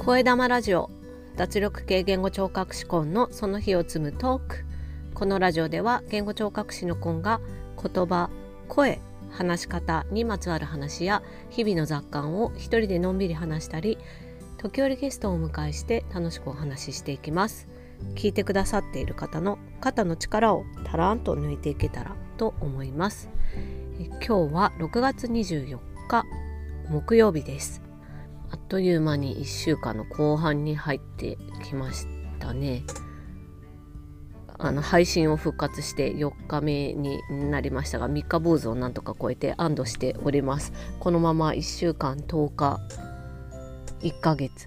声玉ラジオ、脱力系言語聴覚士コンのその日を積むトーク。このラジオでは言語聴覚士のコンが言葉、声、話し方にまつわる話や日々の雑感を一人でのんびり話したり、時折ゲストをお迎えして楽しくお話ししていきます。聞いてくださっている方の肩の力をたらんと抜いていけたらと思います。今日は6月24日木曜日です。あっという間に1週間の後半に入ってきましたね。配信を復活して4日目になりましたが、3日坊主をなんとか超えて安堵しております。このまま1週間10日1ヶ月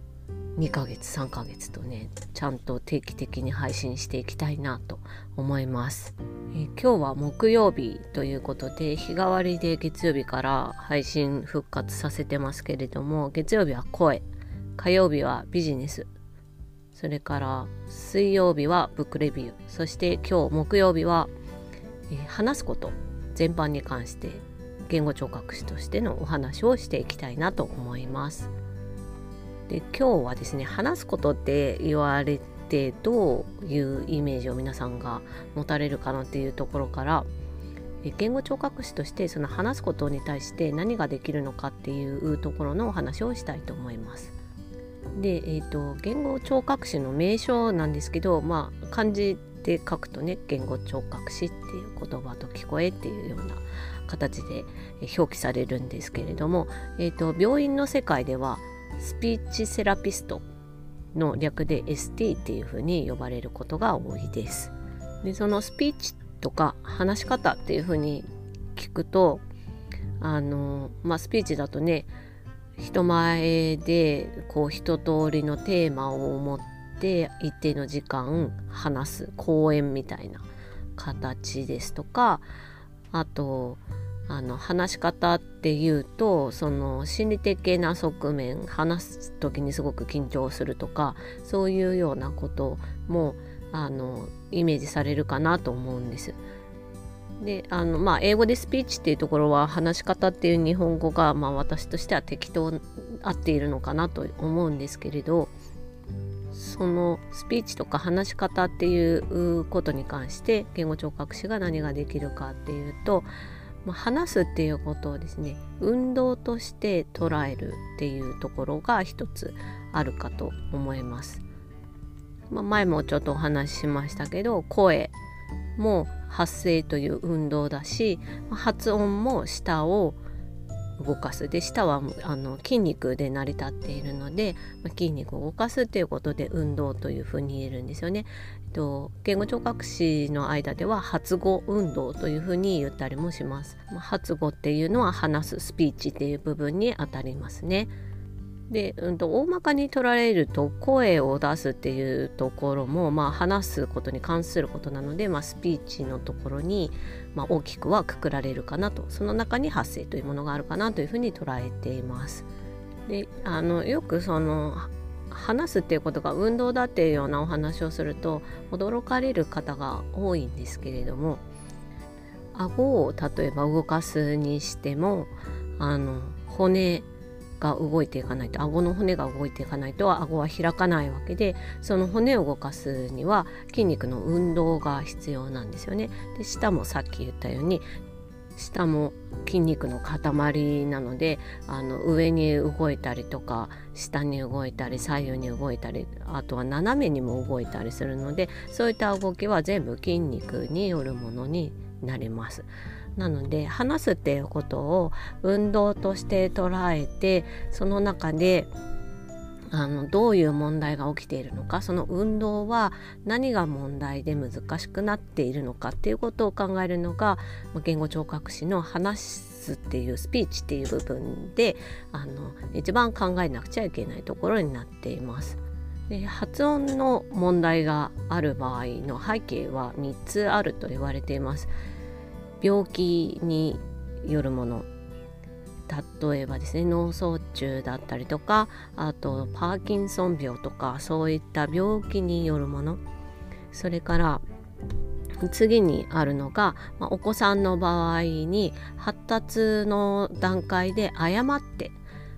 2ヶ月3ヶ月とね、ちゃんと定期的に配信していきたいなと思います。今日は木曜日ということで、日替わりで月曜日から配信復活させてますけれども、月曜日は声、火曜日はビジネス、それから水曜日はブックレビュー、そして今日木曜日は、話すこと全般に関して言語聴覚士としてのお話をしていきたいなと思います。で、今日はですね、話すことって言われてどういうイメージを皆さんが持たれるかなっていうところから、言語聴覚士としてその話すことに対して何ができるのかっていうところのお話をしたいと思います。で、言語聴覚士の名称なんですけど、漢字で書くとね、言語聴覚士っていう言葉と聞こえっていうような形で表記されるんですけれども、病院の世界ではスピーチセラピストの略で ST っていう風に呼ばれることが多いです。で、そのスピーチとか話し方っていう風に聞くと、スピーチだとね、人前で一通りのテーマを持って一定の時間話す講演みたいな形ですとか、あと話し方っていうと、その心理的な側面、話す時にすごく緊張するとか、そういうようなこともイメージされるかなと思うんです。で、英語でスピーチっていうところは話し方っていう日本語が、私としては適当合っているのかなと思うんですけれど、そのスピーチとか話し方っていうことに関して言語聴覚士が何ができるかっていうと、話すっていうことをですね、運動として捉えるっていうところが一つあるかと思います。前もちょっとお話ししましたけど、声も発声という運動だし、発音も舌を動かす。で、舌は筋肉で成り立っているので、筋肉を動かすということで運動というふうに言えるんですよね。言語聴覚士の間では発語運動というふうに言ったりもします。発語っていうのは話す、スピーチっていう部分にあたりますね。で、大まかに取られると声を出すっていうところも、話すことに関することなので、スピーチのところに、大きくはくくられるかなと、その中に発声というものがあるかなというふうに捉えています。で、よくその話すっていうことが運動だっていうようなお話をすると驚かれる方が多いんですけれども、顎を例えば動かすにしても、骨が動いていかないと、顎の骨が動いていかないと顎は開かないわけで、その骨を動かすには筋肉の運動が必要なんですよね。で、舌もさっき言ったように、舌も筋肉の塊なので、上に動いたりとか下に動いたり左右に動いたり、あとは斜めにも動いたりするので、そういった動きは全部筋肉によるものになります。なので、話すっていうことを運動として捉えて、その中でどういう問題が起きているのか、その運動は何が問題で難しくなっているのかっていうことを考えるのが、言語聴覚士の話すっていうスピーチっていう部分で一番考えなくちゃいけないところになっています。で、発音の問題がある場合の背景は3つあると言われています。病気によるもの、例えばですね、脳卒中だったりとか、あとパーキンソン病とか、そういった病気によるもの、それから次にあるのが、お子さんの場合に発達の段階で誤って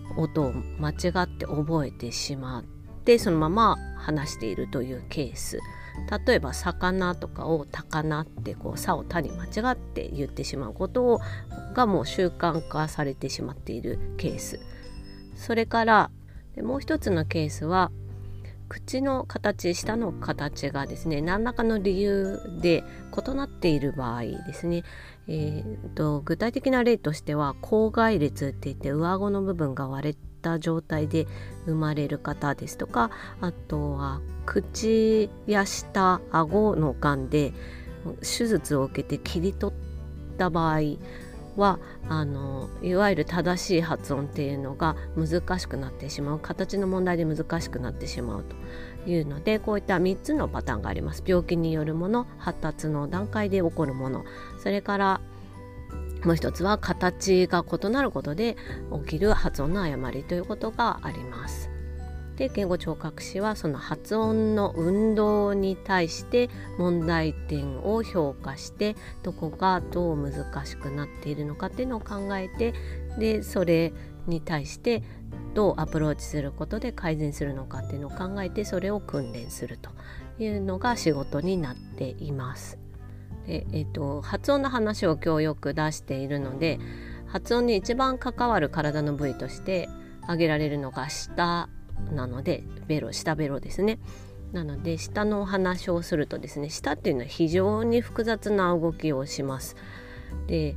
音を間違って覚えてしまってそのまま話しているというケース。例えば魚とかを高ってさをたに間違って言ってしまうことがもう習慣化されてしまっているケース。それからもう一つのケースは口の形、舌の形がですね何らかの理由で異なっている場合ですね、具体的な例としては口外裂っていって上顎の部分が割れた状態で生まれる方ですとか、あとは口や舌、顎のがんで手術を受けて切り取った場合はいわゆる正しい発音っていうのが難しくなってしまう、形の問題で難しくなってしまうというので、こういった3つのパターンがあります。病気によるもの、発達の段階で起こるもの、それからもう一つは形が異なることで起きる発音の誤りということがあります。で、言語聴覚士はその発音の運動に対して問題点を評価して、どこがどう難しくなっているのかっていうのを考えて、でそれに対してどうアプローチすることで改善するのかっていうのを考えて、それを訓練するというのが仕事になっています。で、発音の話を今日よく出しているので、発音に一番関わる体の部位として挙げられるのが舌なので、舌ベロですね。なので舌のお話をするとですね、舌っていうのは非常に複雑な動きをします。で、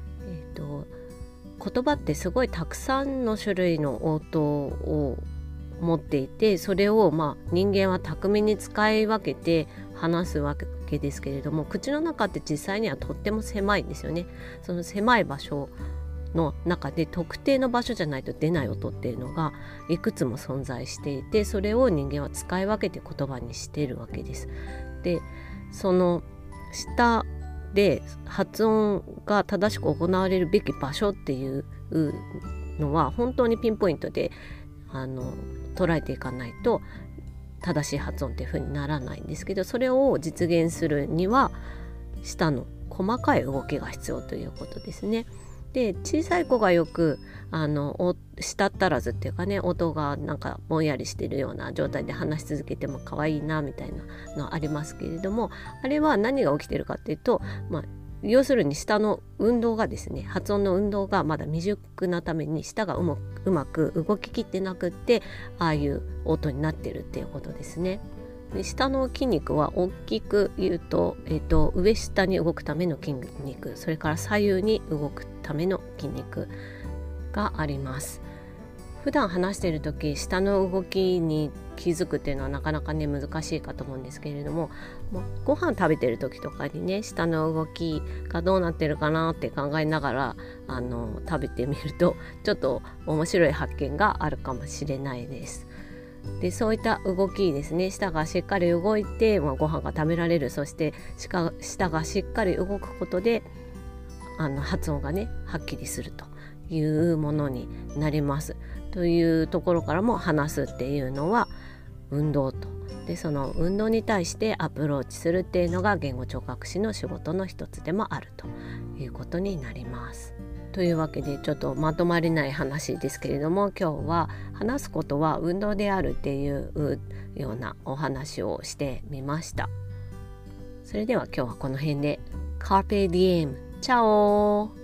言葉ってすごいたくさんの種類の音を持っていて、それを人間は巧みに使い分けて話すわけですけれども、口の中って実際にはとっても狭いんですよね。その狭い場所の中で特定の場所じゃないと出ない音っていうのがいくつも存在していて、それを人間は使い分けて言葉にしているわけです。で、その舌で発音が正しく行われるべき場所っていうのは本当にピンポイントで捉えていかないと正しい発音っていう風にならないんですけど、それを実現するには舌の細かい動きが必要ということですね。で、小さい子がよく舌足らずっていうかね、音がなんかぼんやりしているような状態で話し続けても可愛いなみたいなのありますけれども、あれは何が起きてるかっていうと、要するに舌の運動がですね、発音の運動がまだ未熟なために舌がうまく動ききってなくって、ああいう音になってるっていうことですね。で、下の筋肉は大きく言うと、上下に動くための筋肉、それから左右に動くための筋肉があります。普段話している時、下の動きに気づくっていうのはなかなかね難しいかと思うんですけれども、ご飯食べてる時とかにね、下の動きがどうなってるかなって考えながら食べてみるとちょっと面白い発見があるかもしれないです。で、そういった動きですね、舌がしっかり動いて、ご飯が食べられる、そして舌がしっかり動くことで発音がねはっきりするというものになりますというところからも、話すっていうのは運動と。で、その運動に対してアプローチするっていうのが言語聴覚士の仕事の一つでもあるということになります。というわけで、ちょっとまとまりない話ですけれども、今日は話すことは運動であるっていうようなお話をしてみました。それでは今日はこの辺で。Carpe diem。チャオ。